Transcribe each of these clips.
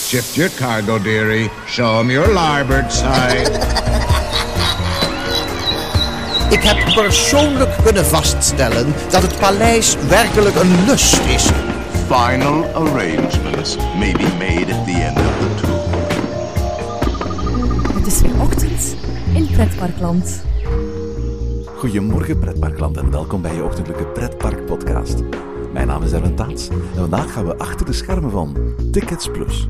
Shift your cargo, dearie. Show 'em your larboard side. Ik heb persoonlijk kunnen vaststellen dat het paleis werkelijk een lust is. Final arrangements may be made at the end of the tour. Het is weer ochtend in Pretparkland. Goedemorgen Pretparkland en welkom bij je ochtendelijke Pretpark podcast. Mijn naam is Erwin Taats en vandaag gaan we achter de schermen van Tickets Plus.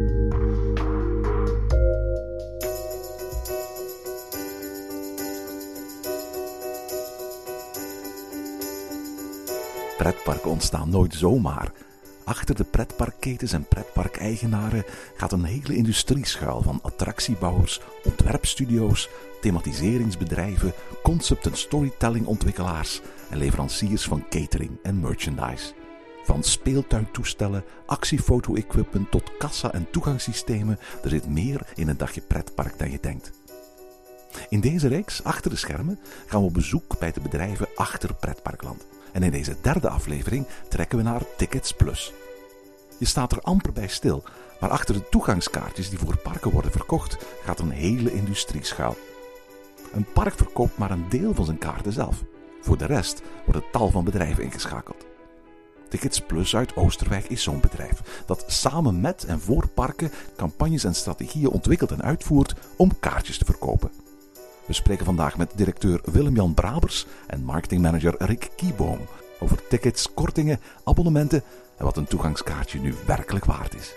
Pretparken ontstaan nooit zomaar. Achter de pretparkketens en pretparkeigenaren gaat een hele industrie schuil van attractiebouwers, ontwerpstudio's, thematiseringsbedrijven, concept- en storytellingontwikkelaars en leveranciers van catering en merchandise. Van speeltuintoestellen, actiefoto-equipment tot kassa- en toegangssystemen, er zit meer in een dagje pretpark dan je denkt. In deze reeks, Achter de Schermen, gaan we op bezoek bij de bedrijven achter Pretparkland. En in deze derde aflevering trekken we naar Tickets Plus. Je staat er amper bij stil, maar achter de toegangskaartjes die voor parken worden verkocht, gaat een hele industrie schuil. Een park verkoopt maar een deel van zijn kaarten zelf. Voor de rest worden tal van bedrijven ingeschakeld. Tickets Plus uit Oosterwijk is zo'n bedrijf dat samen met en voor parken campagnes en strategieën ontwikkelt en uitvoert om kaartjes te verkopen. We spreken vandaag met directeur Willem-Jan Brabers en marketingmanager Rick Kieboom over tickets, kortingen, abonnementen en wat een toegangskaartje nu werkelijk waard is.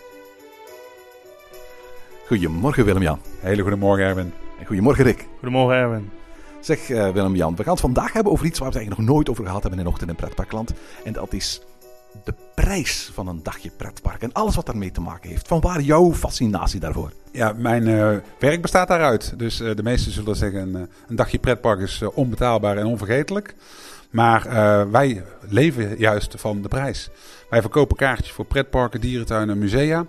Goedemorgen Willem-Jan. Hele goedemorgen Erwin. En goedemorgen Rick. Goedemorgen Erwin. Zeg Willem-Jan, we gaan het vandaag hebben over iets waar we het eigenlijk nog nooit over gehad hebben in Ochtend in Pretparkland. En dat is de prijs van een dagje pretpark en alles wat daarmee te maken heeft. Vanwaar jouw fascinatie daarvoor? Ja, mijn werk bestaat daaruit. Dus de meesten zullen zeggen een dagje pretpark is onbetaalbaar en onvergetelijk. Maar wij leven juist van de prijs. Wij verkopen kaartjes voor pretparken, dierentuinen en musea.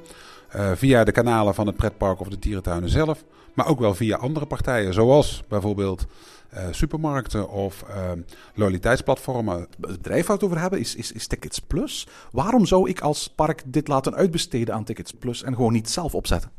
Via de kanalen van het pretpark of de dierentuinen zelf. Maar ook wel via andere partijen, zoals bijvoorbeeld supermarkten of loyaliteitsplatformen. Het bedrijf waar we het over hebben is Tickets Plus. Waarom zou ik als park dit laten uitbesteden aan Tickets Plus en gewoon niet zelf opzetten?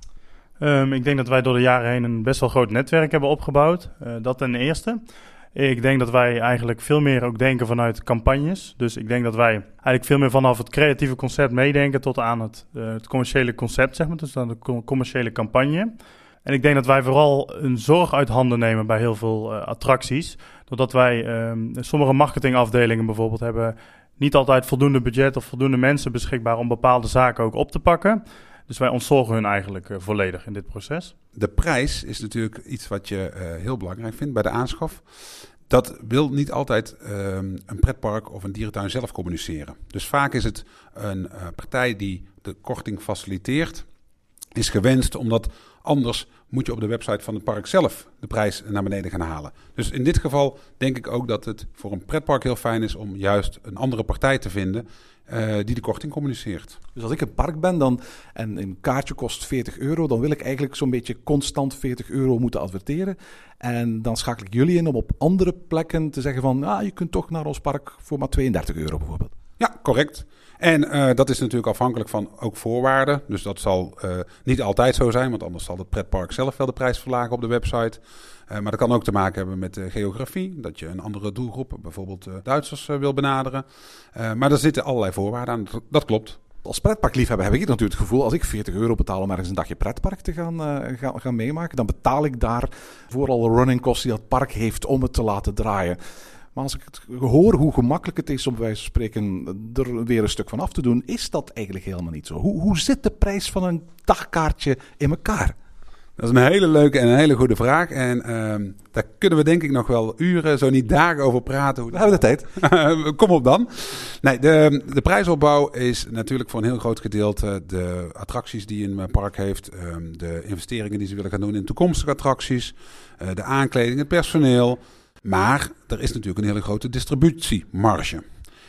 Ik denk dat wij door de jaren heen een best wel groot netwerk hebben opgebouwd. Dat ten eerste. Ik denk dat wij eigenlijk veel meer ook denken vanuit campagnes. Dus ik denk dat wij eigenlijk veel meer vanaf het creatieve concept meedenken tot aan het commerciële concept, zeg maar. Dus aan de commerciële campagne. En ik denk dat wij vooral een zorg uit handen nemen bij heel veel attracties. Doordat wij sommige marketingafdelingen bijvoorbeeld hebben niet altijd voldoende budget of voldoende mensen beschikbaar om bepaalde zaken ook op te pakken. Dus wij ontzorgen hun eigenlijk volledig in dit proces. De prijs is natuurlijk iets wat je heel belangrijk vindt bij de aanschaf. Dat wil niet altijd een pretpark of een dierentuin zelf communiceren. Dus vaak is het een partij die de korting faciliteert, is gewenst omdat anders moet je op de website van het park zelf de prijs naar beneden gaan halen. Dus in dit geval denk ik ook dat het voor een pretpark heel fijn is om juist een andere partij te vinden die de korting communiceert. Dus als ik een park ben en een kaartje kost €40, dan wil ik eigenlijk zo'n beetje constant €40 moeten adverteren. En dan schakel ik jullie in om op andere plekken te zeggen van, je kunt toch naar ons park voor maar €32 bijvoorbeeld. Ja, correct. En dat is natuurlijk afhankelijk van ook voorwaarden. Dus dat zal niet altijd zo zijn, want anders zal het pretpark zelf wel de prijs verlagen op de website. Maar dat kan ook te maken hebben met geografie, dat je een andere doelgroep, bijvoorbeeld Duitsers, wil benaderen. Maar er zitten allerlei voorwaarden aan, dat klopt. Als pretparkliefhebber heb ik natuurlijk het gevoel, als ik €40 betaal om ergens een dagje pretpark te gaan meemaken, dan betaal ik daar voor alle running costs die dat park heeft om het te laten draaien. Maar als ik hoor hoe gemakkelijk het is om bij wijze van spreken er weer een stuk van af te doen, is dat eigenlijk helemaal niet zo. Hoe zit de prijs van een dagkaartje in elkaar? Dat is een hele leuke en een hele goede vraag. En daar kunnen we denk ik nog wel uren, zo niet dagen over praten. We hebben de tijd. Kom op dan. Nee, de prijsopbouw is natuurlijk voor een heel groot gedeelte de attracties die een park heeft. De investeringen die ze willen gaan doen in toekomstige attracties. De aankleding, het personeel. Maar er is natuurlijk een hele grote distributiemarge.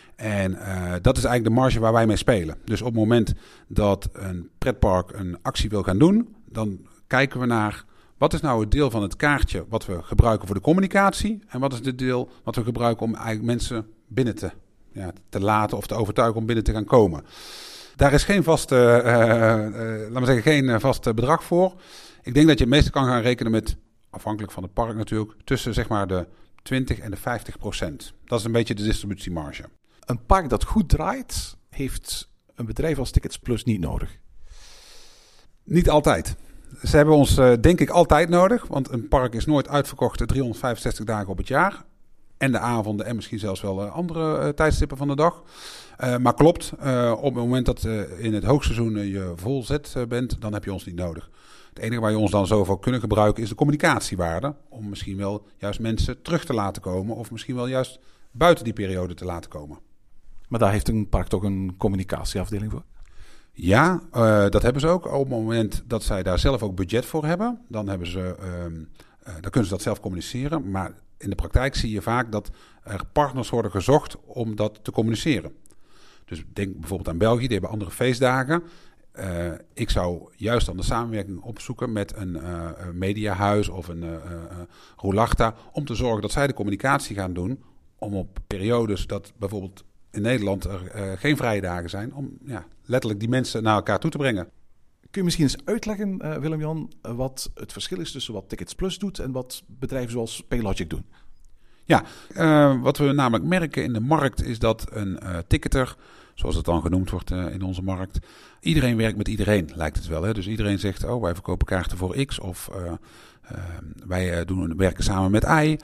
En dat is eigenlijk de marge waar wij mee spelen. Dus op het moment dat een pretpark een actie wil gaan doen, dan kijken we naar wat is nou het deel van het kaartje wat we gebruiken voor de communicatie. En wat is het deel wat we gebruiken om eigenlijk mensen binnen te laten of te overtuigen om binnen te gaan komen. Daar is geen geen vast bedrag voor. Ik denk dat je het meeste kan gaan rekenen met, afhankelijk van het park natuurlijk, tussen zeg maar de 20 en de 50%. Dat is een beetje de distributiemarge. Een park dat goed draait, heeft een bedrijf als Tickets Plus niet nodig. Niet altijd. Ze hebben ons denk ik altijd nodig, want een park is nooit uitverkocht 365 dagen op het jaar. En de avonden en misschien zelfs wel andere tijdstippen van de dag. Maar klopt, op het moment dat in het hoogseizoen je volzet bent, dan heb je ons niet nodig. Het enige waar je ons dan zo voor kunnen gebruiken is de communicatiewaarde. Om misschien wel juist mensen terug te laten komen of misschien wel juist buiten die periode te laten komen. Maar daar heeft een park toch een communicatieafdeling voor? Ja, dat hebben ze ook. Op het moment dat zij daar zelf ook budget voor hebben, dan kunnen ze dat zelf communiceren. Maar in de praktijk zie je vaak dat er partners worden gezocht om dat te communiceren. Dus denk bijvoorbeeld aan België, die hebben andere feestdagen. Ik zou juist dan de samenwerking opzoeken met een mediahuis of een Roulachta, om te zorgen dat zij de communicatie gaan doen, om op periodes dat bijvoorbeeld in Nederland er geen vrije dagen zijn, om letterlijk die mensen naar elkaar toe te brengen. Kun je misschien eens uitleggen, Willem-Jan, wat het verschil is tussen wat Tickets Plus doet en wat bedrijven zoals Paylogic doen? Ja, wat we namelijk merken in de markt is dat een ticketer, zoals het dan genoemd wordt in onze markt, iedereen werkt met iedereen, lijkt het wel. Hè? Dus iedereen zegt, wij verkopen kaarten voor X of wij werken samen met Y.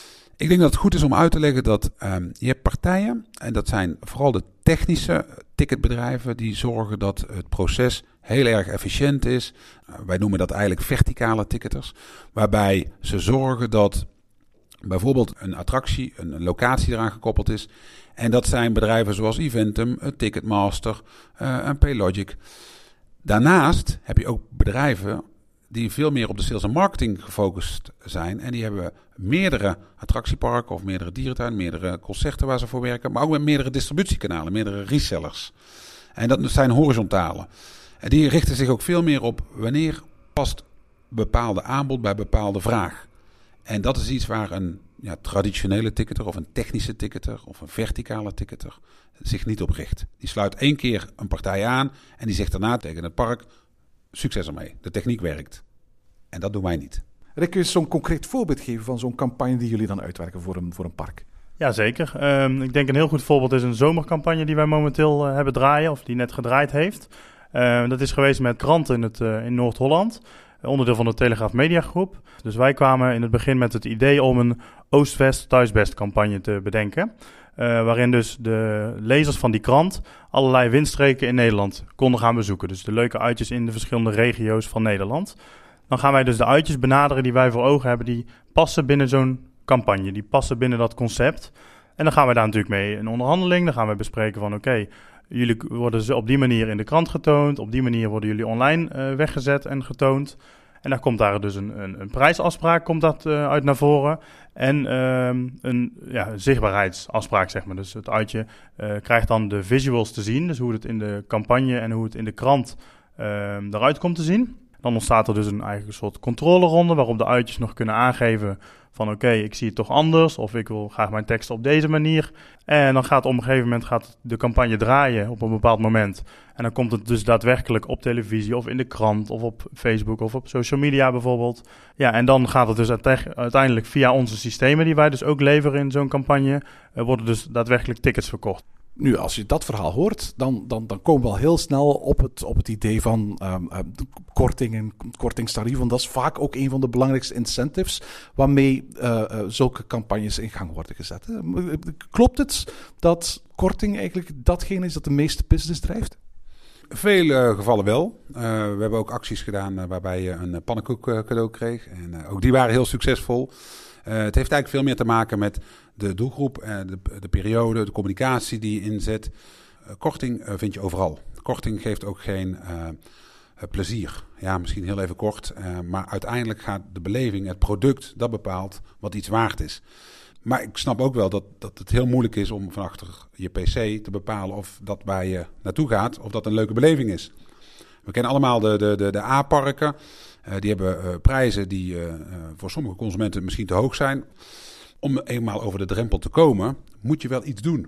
Ik denk dat het goed is om uit te leggen dat je hebt partijen, en dat zijn vooral de technische ticketbedrijven, die zorgen dat het proces heel erg efficiënt is. Wij noemen dat eigenlijk verticale ticketers, waarbij ze zorgen dat bijvoorbeeld een attractie, een locatie eraan gekoppeld is. En dat zijn bedrijven zoals Eventum, een Ticketmaster, een Paylogic. Daarnaast heb je ook bedrijven die veel meer op de sales en marketing gefocust zijn. En die hebben meerdere attractieparken of meerdere dierentuinen, meerdere concerten waar ze voor werken. Maar ook met meerdere distributiekanalen, meerdere resellers. En dat zijn horizontale. En die richten zich ook veel meer op wanneer past bepaalde aanbod bij bepaalde vraag. En dat is iets waar een traditionele ticketer of een technische ticketer of een verticale ticketer zich niet op richt. Die sluit 1 keer een partij aan en die zegt daarna tegen het park, succes ermee, de techniek werkt. En dat doen wij niet. Rick, kun je zo'n concreet voorbeeld geven van zo'n campagne die jullie dan uitwerken voor een park? Jazeker. Ik denk een heel goed voorbeeld is een zomercampagne die wij momenteel hebben draaien, of die net gedraaid heeft. Dat is geweest met kranten in Noord-Holland, onderdeel van de Telegraaf Mediagroep. Dus wij kwamen in het begin met het idee om een Oost-West Thuisbest campagne te bedenken. Waarin dus de lezers van die krant allerlei windstreken in Nederland konden gaan bezoeken. Dus de leuke uitjes in de verschillende regio's van Nederland. Dan gaan wij dus de uitjes benaderen die wij voor ogen hebben, die passen binnen zo'n campagne. Die passen binnen dat concept. En dan gaan wij daar natuurlijk mee in onderhandeling. Dan gaan we bespreken van oké, jullie worden op die manier in de krant getoond. Op die manier worden jullie online weggezet en getoond. En dan komt daar dus een prijsafspraak komt dat, uit naar voren. En een zichtbaarheidsafspraak, zeg maar. Dus het uitje krijgt dan de visuals te zien. Dus hoe het in de campagne en hoe het in de krant eruit komt te zien. Dan ontstaat er dus een eigen soort controleronde waarop de uitjes nog kunnen aangeven van oké, ik zie het toch anders of ik wil graag mijn tekst op deze manier. En dan gaat op een gegeven moment de campagne draaien op een bepaald moment. En dan komt het dus daadwerkelijk op televisie of in de krant of op Facebook of op social media bijvoorbeeld. Ja, en dan gaat het dus uiteindelijk via onze systemen die wij dus ook leveren in zo'n campagne, worden dus daadwerkelijk tickets verkocht. Nu, als je dat verhaal hoort, dan komen we al heel snel op het idee van kortingen, kortingstarief. Want dat is vaak ook een van de belangrijkste incentives waarmee zulke campagnes in gang worden gezet. Hè. Klopt het dat korting eigenlijk datgene is dat de meeste business drijft? Vele gevallen wel. We hebben ook acties gedaan waarbij je een pannenkoek cadeau kreeg. En ook die waren heel succesvol. Het heeft eigenlijk veel meer te maken met de doelgroep, de periode, de communicatie die je inzet. Korting vind je overal. Korting geeft ook geen plezier. Ja, misschien heel even kort. Maar uiteindelijk gaat de beleving, het product, dat bepaalt wat iets waard is. Maar ik snap ook wel dat het heel moeilijk is om van achter je pc te bepalen of dat waar je naartoe gaat, of dat een leuke beleving is. We kennen allemaal de A-parken. Die hebben prijzen die voor sommige consumenten misschien te hoog zijn. Om eenmaal over de drempel te komen, moet je wel iets doen.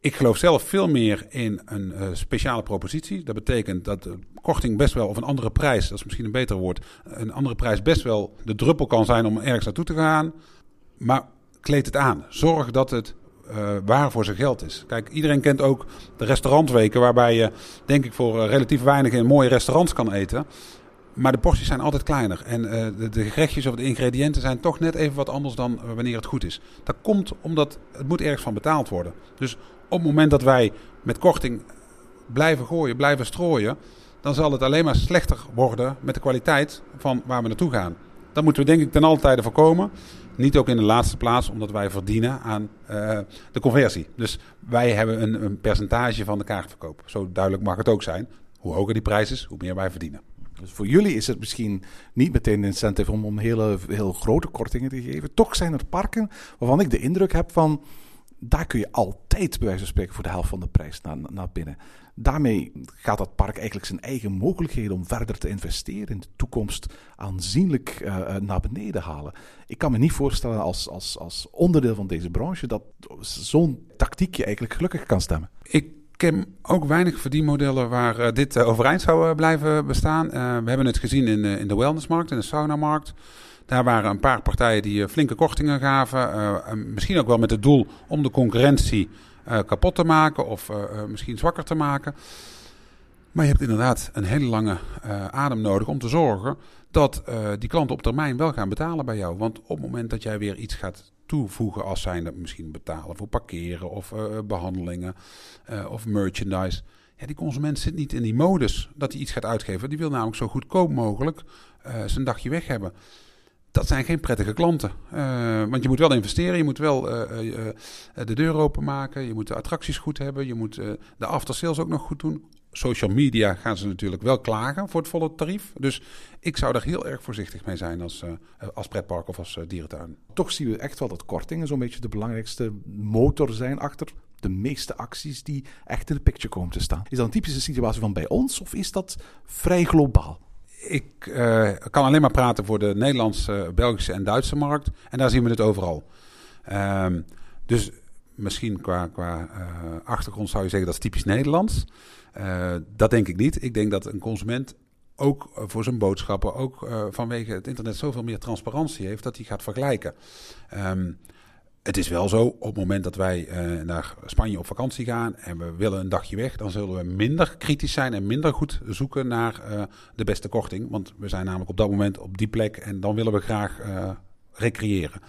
Ik geloof zelf veel meer in een speciale propositie. Dat betekent dat de korting best wel, of een andere prijs, dat is misschien een beter woord, een andere prijs best wel de druppel kan zijn om ergens naartoe te gaan. Maar kleed het aan. Zorg dat het waar voor zijn geld is. Kijk, iedereen kent ook de restaurantweken waarbij je, denk ik, voor relatief weinig in mooie restaurants kan eten. Maar de porties zijn altijd kleiner. En de gerechtjes of de ingrediënten zijn toch net even wat anders dan wanneer het goed is. Dat komt omdat het moet ergens van betaald worden. Dus op het moment dat wij met korting blijven gooien, blijven strooien, dan zal het alleen maar slechter worden met de kwaliteit van waar we naartoe gaan. Dat moeten we denk ik ten alle tijde voorkomen. Niet ook in de laatste plaats, omdat wij verdienen aan de conversie. Dus wij hebben een percentage van de kaartverkoop. Zo duidelijk mag het ook zijn. Hoe hoger die prijs is, hoe meer wij verdienen. Dus voor jullie is het misschien niet meteen een incentive om heel grote kortingen te geven. Toch zijn er parken waarvan ik de indruk heb van, daar kun je altijd bij wijze van spreken voor de helft van de prijs naar binnen. Daarmee gaat dat park eigenlijk zijn eigen mogelijkheden om verder te investeren in de toekomst aanzienlijk naar beneden halen. Ik kan me niet voorstellen als onderdeel van deze branche dat zo'n tactiek je eigenlijk gelukkig kan stemmen. Ik ken ook weinig verdienmodellen waar dit overeind zou blijven bestaan. We hebben het gezien in de wellnessmarkt, in de saunamarkt. Daar waren een paar partijen die flinke kortingen gaven. Misschien ook wel met het doel om de concurrentie kapot te maken of misschien zwakker te maken. Maar je hebt inderdaad een hele lange adem nodig om te zorgen dat die klanten op termijn wel gaan betalen bij jou. Want op het moment dat jij weer iets gaat toevoegen als zijnde misschien betalen voor parkeren of behandelingen of merchandise. Ja, die consument zit niet in die modus dat hij iets gaat uitgeven. Die wil namelijk zo goedkoop mogelijk zijn dagje weg hebben. Dat zijn geen prettige klanten. Want je moet wel investeren, je moet wel de deur openmaken, je moet de attracties goed hebben, je moet de aftersales ook nog goed doen. Social media gaan ze natuurlijk wel klagen voor het volle tarief. Dus ik zou daar heel erg voorzichtig mee zijn als pretpark of als dierentuin. Toch zien we echt wel dat kortingen zo'n beetje de belangrijkste motor zijn achter de meeste acties die echt in de picture komen te staan. Is dat een typische situatie van bij ons of is dat vrij globaal? Ik kan alleen maar praten voor de Nederlandse, Belgische en Duitse markt. En daar zien we het overal. Dus misschien qua achtergrond zou je zeggen dat is typisch Nederlands. Dat denk ik niet. Ik denk dat een consument ook voor zijn boodschappen, ook vanwege het internet zoveel meer transparantie heeft dat hij gaat vergelijken. Het is wel zo, op het moment dat wij naar Spanje op vakantie gaan en we willen een dagje weg, dan zullen we minder kritisch zijn en minder goed zoeken naar de beste korting. Want we zijn namelijk op dat moment op die plek en dan willen we graag recreëren.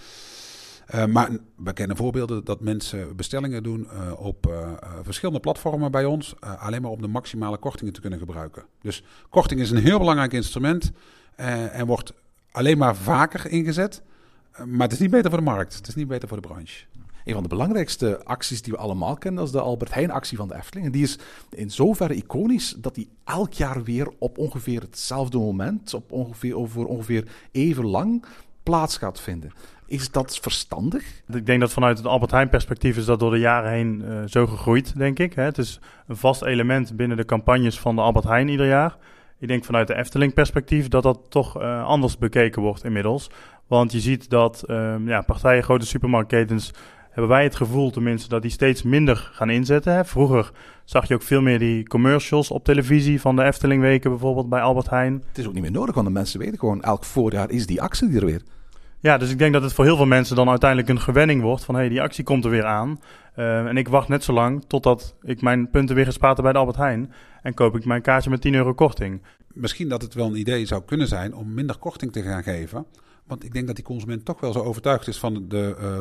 Maar we kennen voorbeelden dat mensen bestellingen doen op verschillende platformen bij ons, alleen maar om de maximale kortingen te kunnen gebruiken. Dus korting is een heel belangrijk instrument en wordt alleen maar vaker ingezet. Maar het is niet beter voor de markt, het is niet beter voor de branche. Een van de belangrijkste acties die we allemaal kennen, dat is de Albert Heijn-actie van de Efteling. En die is in zoverre iconisch dat die elk jaar weer op ongeveer hetzelfde moment, voor ongeveer even lang, plaats gaat vinden. Is dat verstandig? Ik denk dat vanuit het Albert Heijn perspectief is dat door de jaren heen zo gegroeid, denk ik. Het is een vast element binnen de campagnes van de Albert Heijn ieder jaar. Ik denk vanuit de Efteling perspectief dat toch anders bekeken wordt inmiddels. Want je ziet dat partijen, grote supermarktketens, hebben wij het gevoel tenminste dat die steeds minder gaan inzetten. Vroeger zag je ook veel meer die commercials op televisie van de Eftelingweken bijvoorbeeld bij Albert Heijn. Het is ook niet meer nodig, want de mensen weten gewoon elk voorjaar is die actie er weer. Ja, dus ik denk dat het voor heel veel mensen dan uiteindelijk een gewenning wordt van die actie komt er weer aan. En ik wacht net zo lang totdat ik mijn punten weer gespaard heb bij de Albert Heijn. En koop ik mijn kaartje met €10 korting. Misschien dat het wel een idee zou kunnen zijn om minder korting te gaan geven. Want ik denk dat die consument toch wel zo overtuigd is van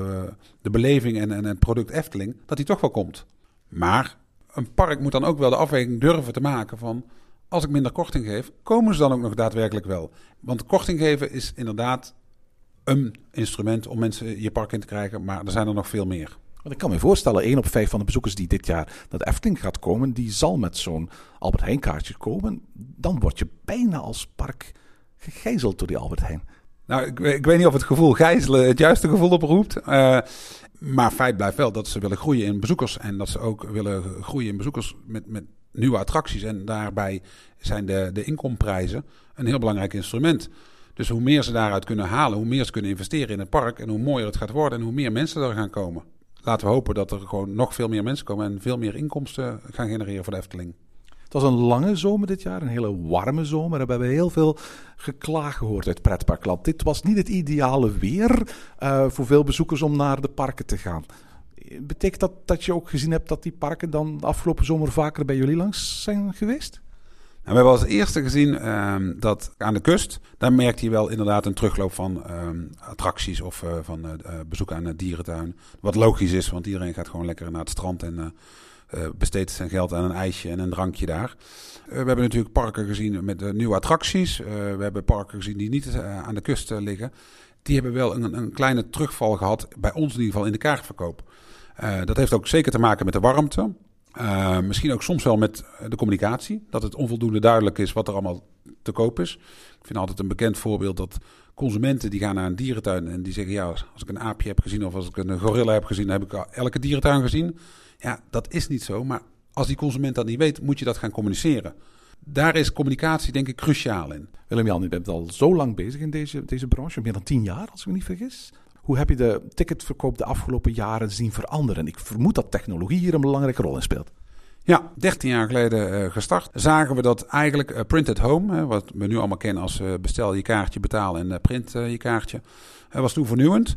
de beleving en het product Efteling, dat die toch wel komt. Maar een park moet dan ook wel de afweging durven te maken van, als ik minder korting geef, komen ze dan ook nog daadwerkelijk wel? Want korting geven is inderdaad een instrument om mensen je park in te krijgen, maar er zijn er nog veel meer. Want ik kan me voorstellen, 1 op 5 van de bezoekers die dit jaar naar de Efteling gaat komen, die zal met zo'n Albert Heijn kaartje komen. Dan word je bijna als park gegijzeld door die Albert Heijn. Nou, ik weet niet of het gevoel gijzelen het juiste gevoel oproept. Maar feit blijft wel dat ze willen groeien in bezoekers. En dat ze ook willen groeien in bezoekers met nieuwe attracties. En daarbij zijn de inkomprijzen een heel belangrijk instrument. Dus hoe meer ze daaruit kunnen halen, hoe meer ze kunnen investeren in het park. En hoe mooier het gaat worden en hoe meer mensen er gaan komen. laten we hopen dat er gewoon nog veel meer mensen komen en veel meer inkomsten gaan genereren voor de Efteling. Het was een lange zomer dit jaar, een hele warme zomer. En we hebben heel veel geklaag gehoord uit pretparkland. Dit was niet het ideale weer voor veel bezoekers om naar de parken te gaan. Betekent dat je ook gezien hebt dat die parken dan de afgelopen zomer vaker bij jullie langs zijn geweest? We hebben als eerste gezien dat aan de kust, daar merkte je wel inderdaad een terugloop van attracties of van bezoeken aan de dierentuin. Wat logisch is, want iedereen gaat gewoon lekker naar het strand en besteedt zijn geld aan een ijsje en een drankje daar. We hebben natuurlijk parken gezien met nieuwe attracties. We hebben parken gezien die niet aan de kust liggen. Die hebben wel een kleine terugval gehad, bij ons in ieder geval in de kaartverkoop. Dat heeft ook zeker te maken met de warmte. Misschien ook soms wel met de communicatie. Dat het onvoldoende duidelijk is wat er allemaal te koop is. Ik vind altijd een bekend voorbeeld dat consumenten die gaan naar een dierentuin en die zeggen, ja, als ik een aapje heb gezien of als ik een gorilla heb gezien, dan heb ik elke dierentuin gezien. Ja, dat is niet zo. Maar als die consument dat niet weet, moet je dat gaan communiceren. Daar is communicatie denk ik cruciaal in. Willem-Jan, je bent al zo lang bezig in deze branche, meer dan 10 jaar als ik me niet vergis. Hoe heb je de ticketverkoop de afgelopen jaren zien veranderen? Ik vermoed dat technologie hier een belangrijke rol in speelt. Ja, 13 jaar geleden gestart. Zagen we dat eigenlijk print at home, wat we nu allemaal kennen als bestel je kaartje, betaal en print je kaartje, was toen vernieuwend.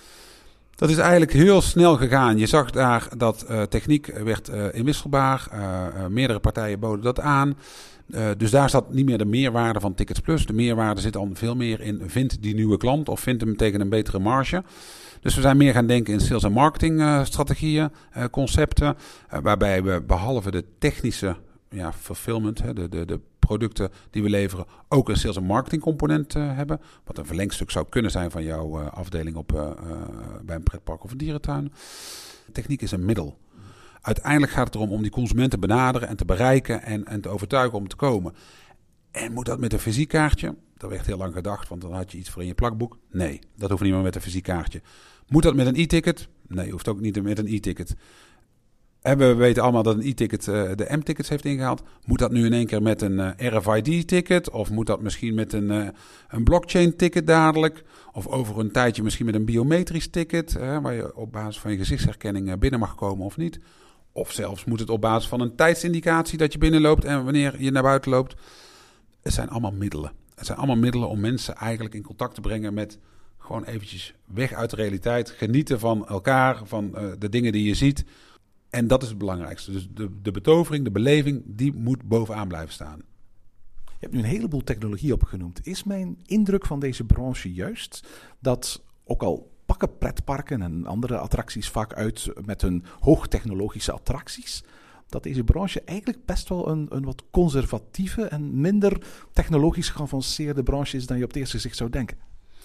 Dat is eigenlijk heel snel gegaan. Je zag daar dat techniek werd inwisselbaar. Meerdere partijen boden dat aan. Dus daar zat niet meer de meerwaarde van Tickets Plus. De meerwaarde zit dan veel meer in vind die nieuwe klant of vind hem tegen een betere marge. Dus we zijn meer gaan denken in sales- en marketingstrategieën, concepten. Waarbij we behalve de technische fulfillment, de producten die we leveren, ook een sales- en marketing component hebben. Wat een verlengstuk zou kunnen zijn van jouw afdeling bij een pretpark of een dierentuin. Techniek is een middel. Uiteindelijk gaat het erom om die consument te benaderen en te bereiken en te overtuigen om te komen. En moet dat met een fysiek kaartje? Dat werd heel lang gedacht, want dan had je iets voor in je plakboek. Nee, dat hoeft niet meer met een fysiek kaartje. Moet dat met een e-ticket? Nee, hoeft ook niet met een e-ticket. En we weten allemaal dat een e-ticket de M-tickets heeft ingehaald. Moet dat nu in één keer met een RFID-ticket? Of moet dat misschien met een blockchain-ticket dadelijk? Of over een tijdje misschien met een biometrisch ticket, waar je op basis van je gezichtsherkenning binnen mag komen of niet? Of zelfs moet het op basis van een tijdsindicatie dat je binnenloopt en wanneer je naar buiten loopt. Het zijn allemaal middelen. Het zijn allemaal middelen om mensen eigenlijk in contact te brengen met gewoon eventjes weg uit de realiteit. Genieten van elkaar, van de dingen die je ziet. En dat is het belangrijkste. Dus de betovering, de beleving, die moet bovenaan blijven staan. Je hebt nu een heleboel technologie opgenoemd. Is mijn indruk van deze branche juist dat, ook al pakken pretparken en andere attracties vaak uit met hun hoogtechnologische attracties, dat deze branche eigenlijk best wel een wat conservatieve en minder technologisch geavanceerde branche is dan je op het eerste gezicht zou denken?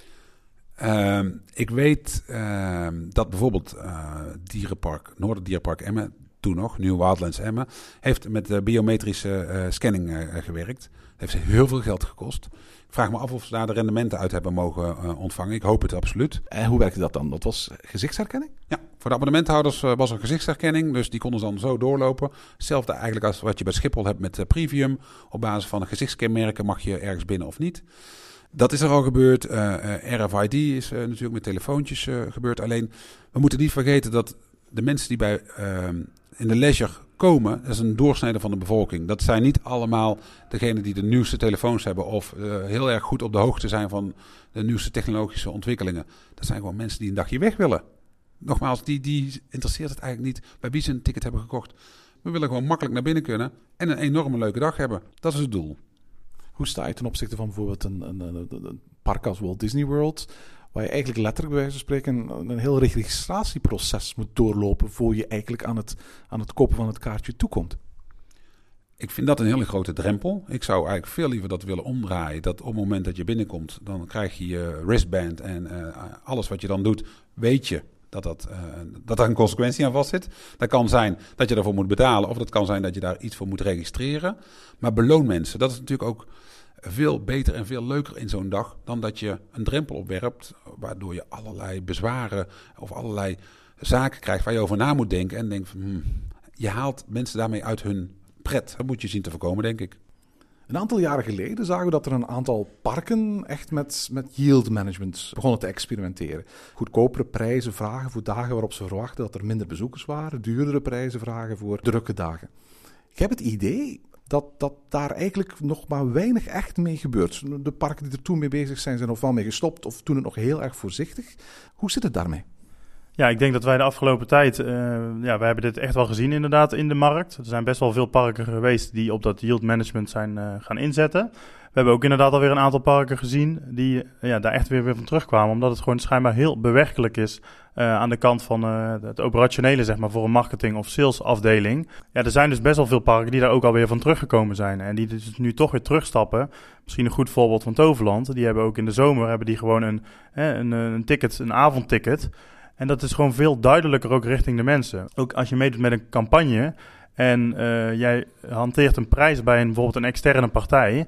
Ik weet dat bijvoorbeeld Noorderdierpark Emmen, toen nog, New Wildlands Emmen, heeft met biometrische scanning gewerkt. Dat heeft heel veel geld gekost. Ik vraag me af of ze daar de rendementen uit hebben mogen ontvangen. Ik hoop het absoluut. En hoe werkte dat dan? Dat was gezichtsherkenning? Ja, voor de abonnementhouders was er gezichtsherkenning. Dus die konden dan zo doorlopen. Hetzelfde eigenlijk als wat je bij Schiphol hebt met Premium. Op basis van een gezichtskenmerken mag je ergens binnen of niet. Dat is er al gebeurd. RFID is natuurlijk met telefoontjes gebeurd. Alleen, we moeten niet vergeten dat de mensen die bij in de leisure komen, dat is een doorsnede van de bevolking. Dat zijn niet allemaal degenen die de nieuwste telefoons hebben of heel erg goed op de hoogte zijn van de nieuwste technologische ontwikkelingen. Dat zijn gewoon mensen die een dagje weg willen. Nogmaals, die interesseert het eigenlijk niet bij wie ze een ticket hebben gekocht. We willen gewoon makkelijk naar binnen kunnen en een enorme leuke dag hebben. Dat is het doel. Hoe sta je ten opzichte van bijvoorbeeld een park als Walt Disney World, waar je eigenlijk letterlijk bij wijze van spreken een heel registratieproces moet doorlopen voor je eigenlijk aan het kopen van het kaartje toekomt? Ik vind dat een hele grote drempel. Ik zou eigenlijk veel liever dat willen omdraaien. Dat op het moment dat je binnenkomt, dan krijg je je wristband en alles wat je dan doet, weet je dat er een consequentie aan vastzit. Dat kan zijn dat je daarvoor moet betalen of dat kan zijn dat je daar iets voor moet registreren. Maar beloon mensen. Dat is natuurlijk ook veel beter en veel leuker in zo'n dag dan dat je een drempel opwerpt, waardoor je allerlei bezwaren of allerlei zaken krijgt waar je over na moet denken en denkt van, je haalt mensen daarmee uit hun pret. Dat moet je zien te voorkomen, denk ik. Een aantal jaren geleden zagen we dat er een aantal parken echt met yield management begonnen te experimenteren. Goedkopere prijzen vragen voor dagen waarop ze verwachten dat er minder bezoekers waren. Duurdere prijzen vragen voor drukke dagen. Ik heb het idee dat daar eigenlijk nog maar weinig echt mee gebeurt. De parken die er toen mee bezig zijn ofwel mee gestopt of doen het nog heel erg voorzichtig. Hoe zit het daarmee? Ja, ik denk dat wij de afgelopen tijd, we hebben dit echt wel gezien inderdaad in de markt. Er zijn best wel veel parken geweest die op dat yield management zijn gaan inzetten. We hebben ook inderdaad alweer een aantal parken gezien die daar echt weer van terugkwamen. Omdat het gewoon schijnbaar heel bewerkelijk is aan de kant van het operationele, zeg maar, voor een marketing- of salesafdeling. Ja, er zijn dus best wel veel parken die daar ook alweer van teruggekomen zijn. En die dus nu toch weer terugstappen. Misschien een goed voorbeeld van Toverland. Die hebben ook in de zomer gewoon een ticket, een avondticket. En dat is gewoon veel duidelijker ook richting de mensen. Ook als je meedoet met een campagne en jij hanteert een prijs bij bijvoorbeeld een externe partij,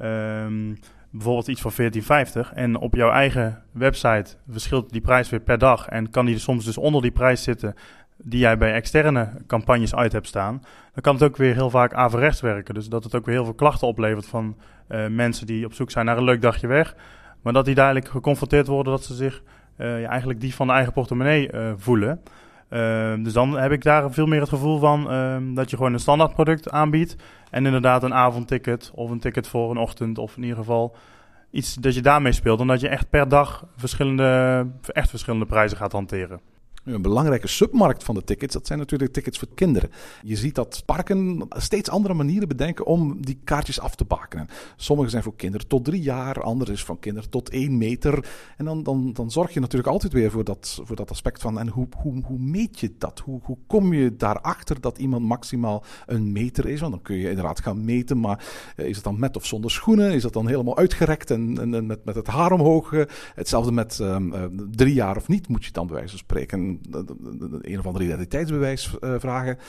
bijvoorbeeld iets van $14,50, en op jouw eigen website verschilt die prijs weer per dag en kan die soms dus onder die prijs zitten die jij bij externe campagnes uit hebt staan, dan kan het ook weer heel vaak averechts werken. Dus dat het ook weer heel veel klachten oplevert van mensen die op zoek zijn naar een leuk dagje weg, maar dat die dadelijk geconfronteerd worden dat ze zich eigenlijk die van de eigen portemonnee voelen. Dus dan heb ik daar veel meer het gevoel van dat je gewoon een standaard product aanbiedt. En inderdaad een avondticket of een ticket voor een ochtend of in ieder geval iets dat je daarmee speelt. Dan dat je echt per dag verschillende prijzen gaat hanteren. Een belangrijke submarkt van de tickets, dat zijn natuurlijk tickets voor kinderen. Je ziet dat parken steeds andere manieren bedenken om die kaartjes af te bakenen. Sommige zijn voor kinderen tot 3 jaar, andere is van kinderen tot 1 meter. En dan zorg je natuurlijk altijd weer voor dat aspect van, en hoe meet je dat? Hoe kom je daarachter dat iemand maximaal 1 meter is? Want dan kun je inderdaad gaan meten, maar is het dan met of zonder schoenen? Is dat dan helemaal uitgerekt en met het haar omhoog? Hetzelfde met 3 jaar of niet, moet je dan bij wijze van spreken een of andere identiteitsbewijs vragen.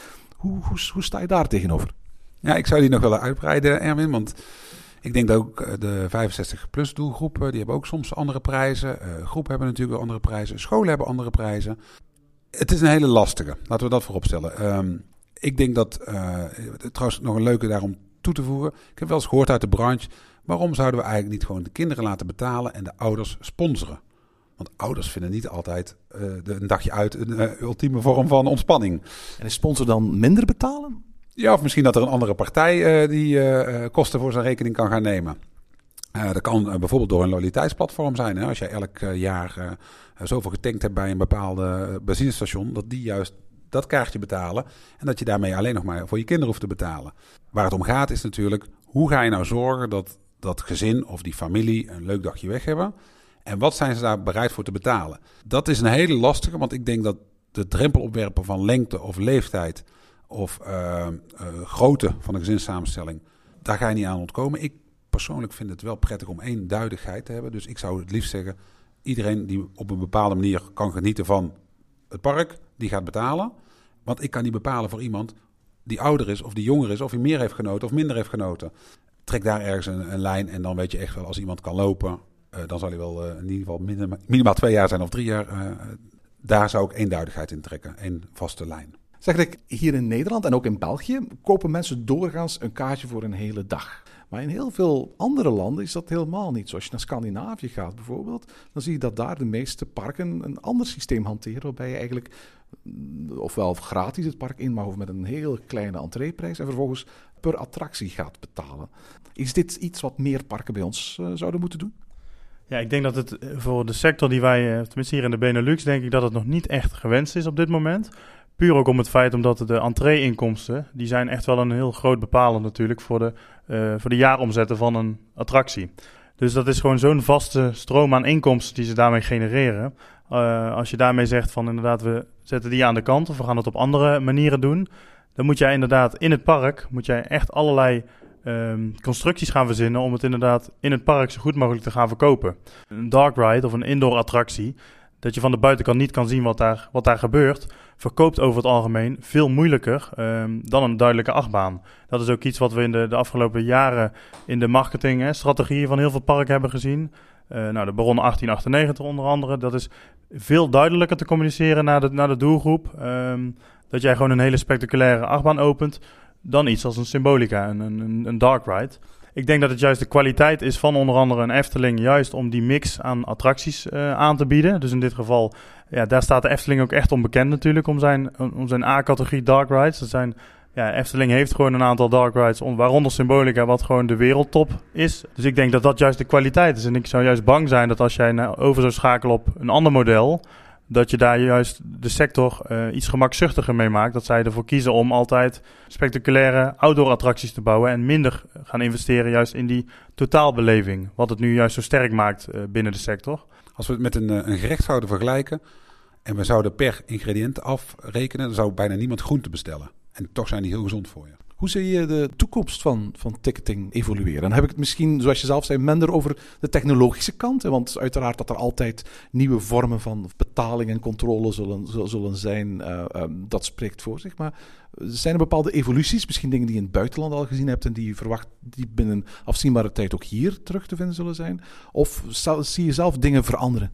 Hoe sta je daar tegenover? Ja, ik zou die nog willen uitbreiden, Erwin, want ik denk dat ook de 65-plus doelgroepen, die hebben ook soms andere prijzen. Groepen hebben natuurlijk wel andere prijzen. Scholen hebben andere prijzen. Het is een hele lastige, laten we dat voorop stellen. Ik denk dat, trouwens nog een leuke daarom toe te voegen. Ik heb wel eens gehoord uit de branche, waarom zouden we eigenlijk niet gewoon de kinderen laten betalen en de ouders sponsoren? Want ouders vinden niet altijd een dagje uit een ultieme vorm van ontspanning. En is sponsor dan minder betalen? Ja, of misschien dat er een andere partij die kosten voor zijn rekening kan gaan nemen. Dat kan bijvoorbeeld door een loyaliteitsplatform zijn. Hè? Als jij elk jaar zoveel getankt hebt bij een bepaalde benzinestation, dat die juist dat kaartje betalen en dat je daarmee alleen nog maar voor je kinderen hoeft te betalen. Waar het om gaat is natuurlijk, hoe ga je nou zorgen dat dat gezin of die familie een leuk dagje weg hebben? En wat zijn ze daar bereid voor te betalen? Dat is een hele lastige, want ik denk dat de drempel opwerpen van lengte of leeftijd of grootte van een gezinssamenstelling, daar ga je niet aan ontkomen. Ik persoonlijk vind het wel prettig om één duidelijkheid te hebben. Dus ik zou het liefst zeggen, iedereen die op een bepaalde manier kan genieten van het park, die gaat betalen. Want ik kan niet bepalen voor iemand die ouder is of die jonger is of die meer heeft genoten of minder heeft genoten. Trek daar ergens een lijn en dan weet je echt wel, als iemand kan lopen, dan zal hij wel in ieder geval minimaal 2 jaar zijn of 3 jaar. Daar zou ik één duidelijkheid in trekken, één vaste lijn. Zeg ik, hier in Nederland en ook in België kopen mensen doorgaans een kaartje voor een hele dag. Maar in heel veel andere landen is dat helemaal niet zo. Als je naar Scandinavië gaat bijvoorbeeld, dan zie je dat daar de meeste parken een ander systeem hanteren, waarbij je eigenlijk ofwel gratis het park in mag of met een heel kleine entreeprijs en vervolgens per attractie gaat betalen. Is dit iets wat meer parken bij ons zouden moeten doen? Ja, ik denk dat het voor de sector die wij, tenminste hier in de Benelux, denk ik dat het nog niet echt gewenst is op dit moment. Puur ook om het feit omdat de entree-inkomsten, die zijn echt wel een heel groot bepalend natuurlijk voor de jaaromzetten van een attractie. Dus dat is gewoon zo'n vaste stroom aan inkomsten die ze daarmee genereren. Als je daarmee zegt van inderdaad we zetten die aan de kant of we gaan het op andere manieren doen, dan moet jij inderdaad in het park, moet jij echt allerlei constructies gaan verzinnen om het inderdaad in het park zo goed mogelijk te gaan verkopen. Een dark ride of een indoor attractie, dat je van de buitenkant niet kan zien wat daar gebeurt, verkoopt over het algemeen veel moeilijker dan een duidelijke achtbaan. Dat is ook iets wat we in de afgelopen jaren in de marketingstrategieën van heel veel parken hebben gezien. De Baron 1898 onder andere. Dat is veel duidelijker te communiceren naar de doelgroep. Dat jij gewoon een hele spectaculaire achtbaan opent dan iets als een Symbolica, een dark ride. Ik denk dat het juist de kwaliteit is van onder andere een Efteling, juist om die mix aan attracties aan te bieden. Dus in dit geval, daar staat de Efteling ook echt onbekend natuurlijk om zijn A-categorie dark rides. Dat zijn... Ja, Efteling heeft gewoon een aantal dark rides, waaronder Symbolica, wat gewoon de wereldtop is. Dus ik denk dat dat juist de kwaliteit is. En ik zou juist bang zijn dat als jij over zou schakelen op een ander model, dat je daar juist de sector iets gemakzuchtiger mee maakt. Dat zij ervoor kiezen om altijd spectaculaire outdoor attracties te bouwen en minder gaan investeren juist in die totaalbeleving. Wat het nu juist zo sterk maakt binnen de sector. Als we het met een gerecht zouden vergelijken en we zouden per ingrediënt afrekenen, dan zou bijna niemand groente bestellen. En toch zijn die heel gezond voor je. Hoe zie je de toekomst van ticketing evolueren? Dan heb ik het misschien, zoals je zelf zei, minder over de technologische kant. Hè? Want uiteraard dat er altijd nieuwe vormen van betaling en controle zullen zijn. Dat spreekt voor zich. Maar zijn er bepaalde evoluties, misschien dingen die je in het buitenland al gezien hebt en die je verwacht die binnen afzienbare tijd ook hier terug te vinden zullen zijn? Of zie je zelf dingen veranderen?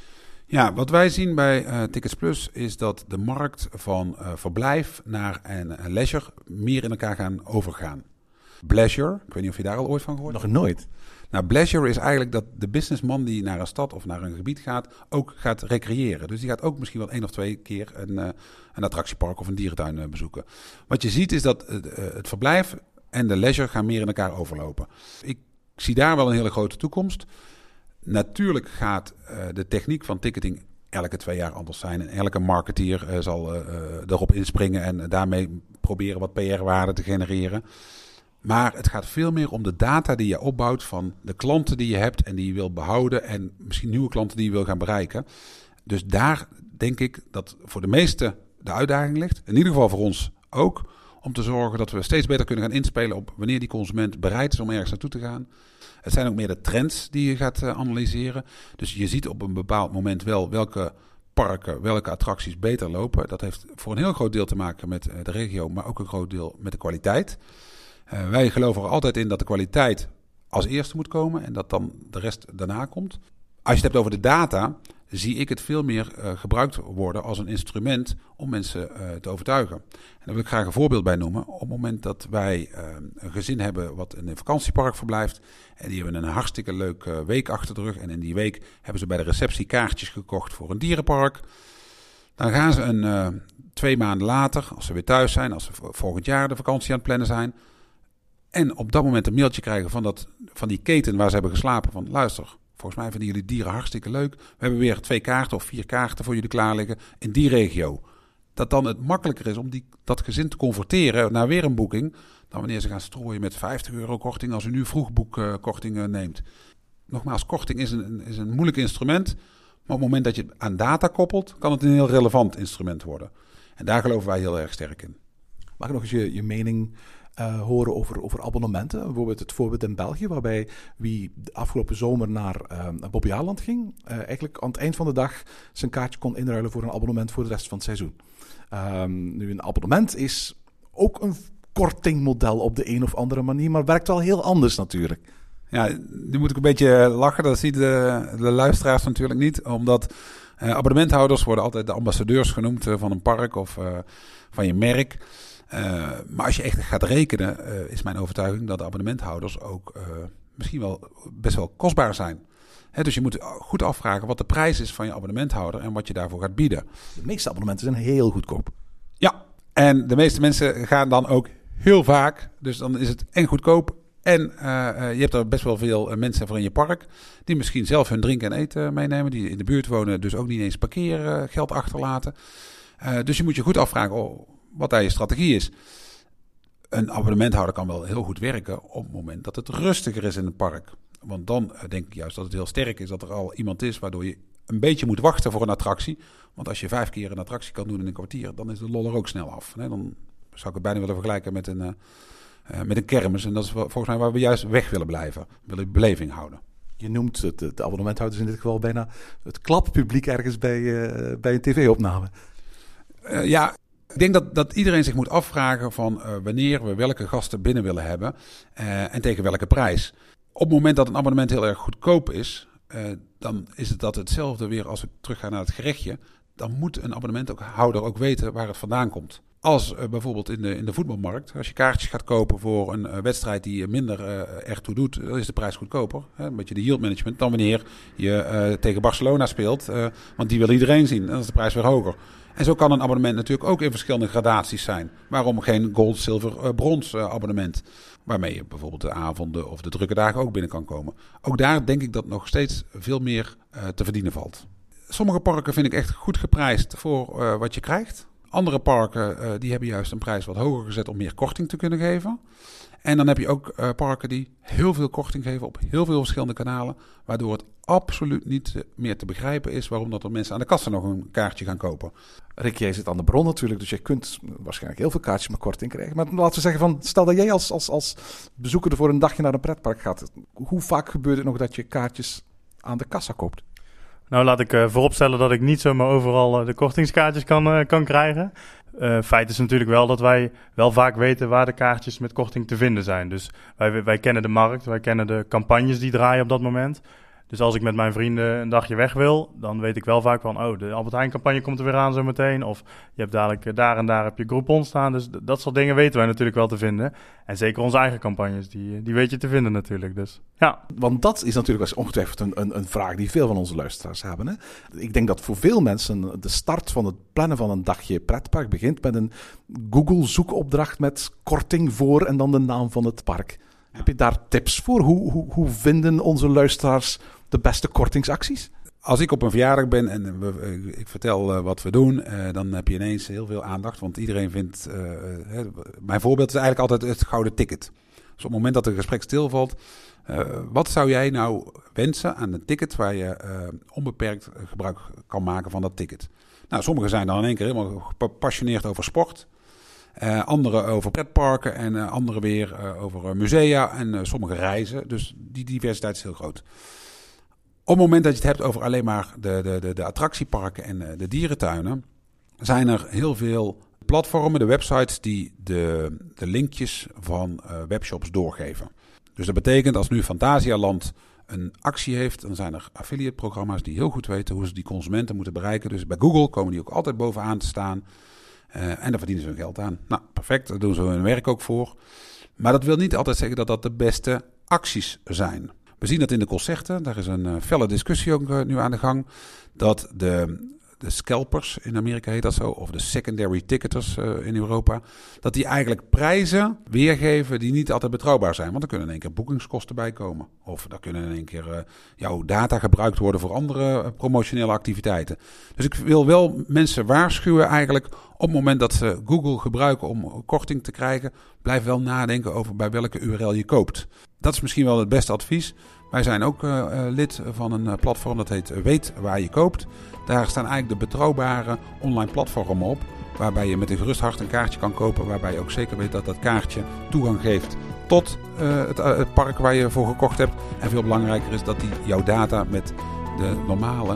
Ja, wat wij zien bij Tickets Plus is dat de markt van verblijf naar en leisure meer in elkaar gaan overgaan. Bleisure, ik weet niet of je daar al ooit van gehoord hebt. Nog nooit. Nou, bleisure is eigenlijk dat de businessman die naar een stad of naar een gebied gaat, ook gaat recreëren. Dus die gaat ook misschien wel 1 of 2 keer een attractiepark of een dierentuin bezoeken. Wat je ziet is dat het verblijf en de leisure gaan meer in elkaar overlopen. Ik zie daar wel een hele grote toekomst. Natuurlijk gaat de techniek van ticketing elke 2 jaar anders zijn. En elke marketeer zal erop inspringen en daarmee proberen wat PR-waarde te genereren. Maar het gaat veel meer om de data die je opbouwt van de klanten die je hebt en die je wil behouden. En misschien nieuwe klanten die je wil gaan bereiken. Dus daar denk ik dat voor de meesten de uitdaging ligt. In ieder geval voor ons ook. Om te zorgen dat we steeds beter kunnen gaan inspelen op wanneer die consument bereid is om ergens naartoe te gaan. Het zijn ook meer de trends die je gaat analyseren. Dus je ziet op een bepaald moment wel welke parken, welke attracties beter lopen. Dat heeft voor een heel groot deel te maken met de regio, maar ook een groot deel met de kwaliteit. Wij geloven er altijd in dat de kwaliteit als eerste moet komen en dat dan de rest daarna komt. Als je het hebt over de data, zie ik het veel meer gebruikt worden als een instrument om mensen te overtuigen. En daar wil ik graag een voorbeeld bij noemen. Op het moment dat wij een gezin hebben wat in een vakantiepark verblijft en die hebben een hartstikke leuke week achter de rug en in die week hebben ze bij de receptie kaartjes gekocht voor een dierenpark. Dan gaan ze 2 maanden later, als ze weer thuis zijn, als ze volgend jaar de vakantie aan het plannen zijn, en op dat moment een mailtje krijgen van die keten waar ze hebben geslapen van luister, volgens mij vinden jullie dieren hartstikke leuk. We hebben weer 2 kaarten of 4 kaarten voor jullie klaar liggen in die regio. Dat dan het makkelijker is om dat gezin te converteren naar weer een boeking dan wanneer ze gaan strooien met €50 korting als u nu vroegboekkorting neemt. Nogmaals, korting is een moeilijk instrument. Maar op het moment dat je het aan data koppelt, kan het een heel relevant instrument worden. En daar geloven wij heel erg sterk in. Mag ik nog eens je mening horen over abonnementen? Bijvoorbeeld het voorbeeld in België, waarbij wie de afgelopen zomer naar Bobbejaanland ging, eigenlijk aan het eind van de dag zijn kaartje kon inruilen voor een abonnement voor de rest van het seizoen. Nu, een abonnement is ook een kortingmodel op de een of andere manier, maar werkt wel heel anders natuurlijk. Ja, nu moet ik een beetje lachen. Dat ziet de luisteraars natuurlijk niet. Omdat abonnementhouders worden altijd de ambassadeurs genoemd van een park of van je merk. Maar als je echt gaat rekenen, is mijn overtuiging dat de abonnementhouders ook misschien wel best wel kostbaar zijn. Dus je moet goed afvragen wat de prijs is van je abonnementhouder en wat je daarvoor gaat bieden. De meeste abonnementen zijn heel goedkoop. Ja, en de meeste mensen gaan dan ook heel vaak. Dus dan is het en goedkoop. En je hebt er best wel veel mensen voor in je park die misschien zelf hun drinken en eten meenemen. Die in de buurt wonen, dus ook niet eens parkeergeld achterlaten. Dus je moet je goed afvragen wat daar je strategie is. Een abonnementhouder kan wel heel goed werken op het moment dat het rustiger is in het park. Want dan denk ik juist dat het heel sterk is dat er al iemand is waardoor je een beetje moet wachten voor een attractie. Want als je 5 keer een attractie kan doen in een kwartier, dan is de lol er ook snel af. Dan zou ik het bijna willen vergelijken met een kermis. En dat is volgens mij waar we juist weg willen blijven. We willen beleving houden. Je noemt de abonnementhouders in dit geval bijna het klappubliek ergens bij een tv-opname. Ja, ik denk dat iedereen zich moet afvragen van wanneer we welke gasten binnen willen hebben en tegen welke prijs. Op het moment dat een abonnement heel erg goedkoop is, dan is het dat hetzelfde weer als we teruggaan naar het gerechtje. Dan moet een abonnementhouder ook weten waar het vandaan komt. als bijvoorbeeld in de voetbalmarkt. Als je kaartjes gaat kopen voor een wedstrijd die minder ertoe doet, dan is de prijs goedkoper. Een beetje de yield management dan wanneer je tegen Barcelona speelt. Want die wil iedereen zien. Dan is de prijs weer hoger. En zo kan een abonnement natuurlijk ook in verschillende gradaties zijn. Waarom geen gold, zilver, brons abonnement? Waarmee je bijvoorbeeld de avonden of de drukke dagen ook binnen kan komen. Ook daar denk ik dat nog steeds veel meer te verdienen valt. Sommige parken vind ik echt goed geprijsd voor wat je krijgt. Andere parken die hebben juist een prijs wat hoger gezet om meer korting te kunnen geven. En dan heb je ook parken die heel veel korting geven op heel veel verschillende kanalen. Waardoor het absoluut niet meer te begrijpen is waarom dat er mensen aan de kassa nog een kaartje gaan kopen. Rick, jij zit aan de bron natuurlijk, dus je kunt waarschijnlijk heel veel kaartjes met korting krijgen. Maar laten we zeggen, stel dat jij als bezoeker voor een dagje naar een pretpark gaat. Hoe vaak gebeurt het nog dat je kaartjes aan de kassa koopt? Nou, laat ik vooropstellen dat ik niet zomaar overal de kortingskaartjes kan krijgen. Feit is natuurlijk wel dat wij wel vaak weten waar de kaartjes met korting te vinden zijn. Dus wij kennen de markt, wij kennen de campagnes die draaien op dat moment. Dus als ik met mijn vrienden een dagje weg wil, dan weet ik wel vaak van, de Albert Heijn campagne komt er weer aan zo meteen. Of je hebt dadelijk daar en daar heb je Groupon staan. Dus dat soort dingen weten wij natuurlijk wel te vinden. En zeker onze eigen campagnes, die weet je te vinden natuurlijk. Dus, ja. Want dat is natuurlijk ongetwijfeld een vraag die veel van onze luisteraars hebben. Hè? Ik denk dat voor veel mensen de start van het plannen van een dagje pretpark begint met een Google zoekopdracht met korting voor en dan de naam van het park. Ja. Heb je daar tips voor? Hoe vinden onze luisteraars de beste kortingsacties? Als ik op een verjaardag ben en ik vertel wat we doen, dan heb je ineens heel veel aandacht. Want iedereen vindt... mijn voorbeeld is eigenlijk altijd het gouden ticket. Dus op het moment dat het gesprek stilvalt, wat zou jij nou wensen aan een ticket waar je onbeperkt gebruik kan maken van dat ticket? Nou, sommigen zijn dan in één keer helemaal gepassioneerd over sport. Anderen over pretparken en anderen weer over musea en sommige reizen. Dus die diversiteit is heel groot. Op het moment dat je het hebt over alleen maar de attractieparken en de dierentuinen, zijn er heel veel platformen, de websites, die de linkjes van webshops doorgeven. Dus dat betekent als nu Fantasialand een actie heeft, dan zijn er affiliate-programma's die heel goed weten hoe ze die consumenten moeten bereiken. Dus bij Google komen die ook altijd bovenaan te staan. En daar verdienen ze hun geld aan. Nou, perfect, daar doen ze hun werk ook voor. Maar dat wil niet altijd zeggen dat dat de beste acties zijn. We zien dat in de concerten, daar is een felle discussie ook nu aan de gang, dat de scalpers, in Amerika heet dat zo, of de secondary ticketers in Europa, dat die eigenlijk prijzen weergeven die niet altijd betrouwbaar zijn. Want er kunnen in één keer boekingskosten bij komen. Of daar kunnen in één keer jouw data gebruikt worden voor andere promotionele activiteiten. Dus ik wil wel mensen waarschuwen eigenlijk, op het moment dat ze Google gebruiken om korting te krijgen, blijf wel nadenken over bij welke URL je koopt. Dat is misschien wel het beste advies. Wij zijn ook lid van een platform dat heet Weet Waar Je Koopt. Daar staan eigenlijk de betrouwbare online platformen op, waarbij je met een gerust hart een kaartje kan kopen, waarbij je ook zeker weet dat dat kaartje toegang geeft tot het park waar je voor gekocht hebt. En veel belangrijker is dat die jouw data met de normale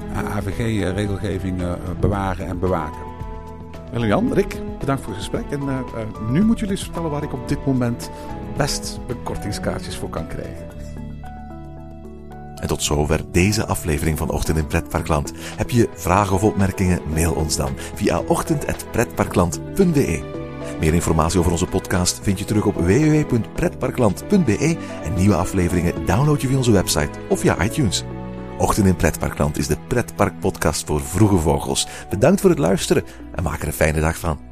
AVG-regelgeving bewaren en bewaken. Willem-Jan, Rick, bedankt voor het gesprek. En nu moeten jullie eens vertellen waar ik op dit moment best de kortingskaartjes voor kan krijgen. En tot zover deze aflevering van Ochtend in Pretparkland. Heb je vragen of opmerkingen? Mail ons dan via ochtend@pretparkland.be. Meer informatie over onze podcast vind je terug op www.pretparkland.be en nieuwe afleveringen download je via onze website of via iTunes. Ochtend in Pretparkland is de pretparkpodcast voor vroege vogels. Bedankt voor het luisteren en maak er een fijne dag van.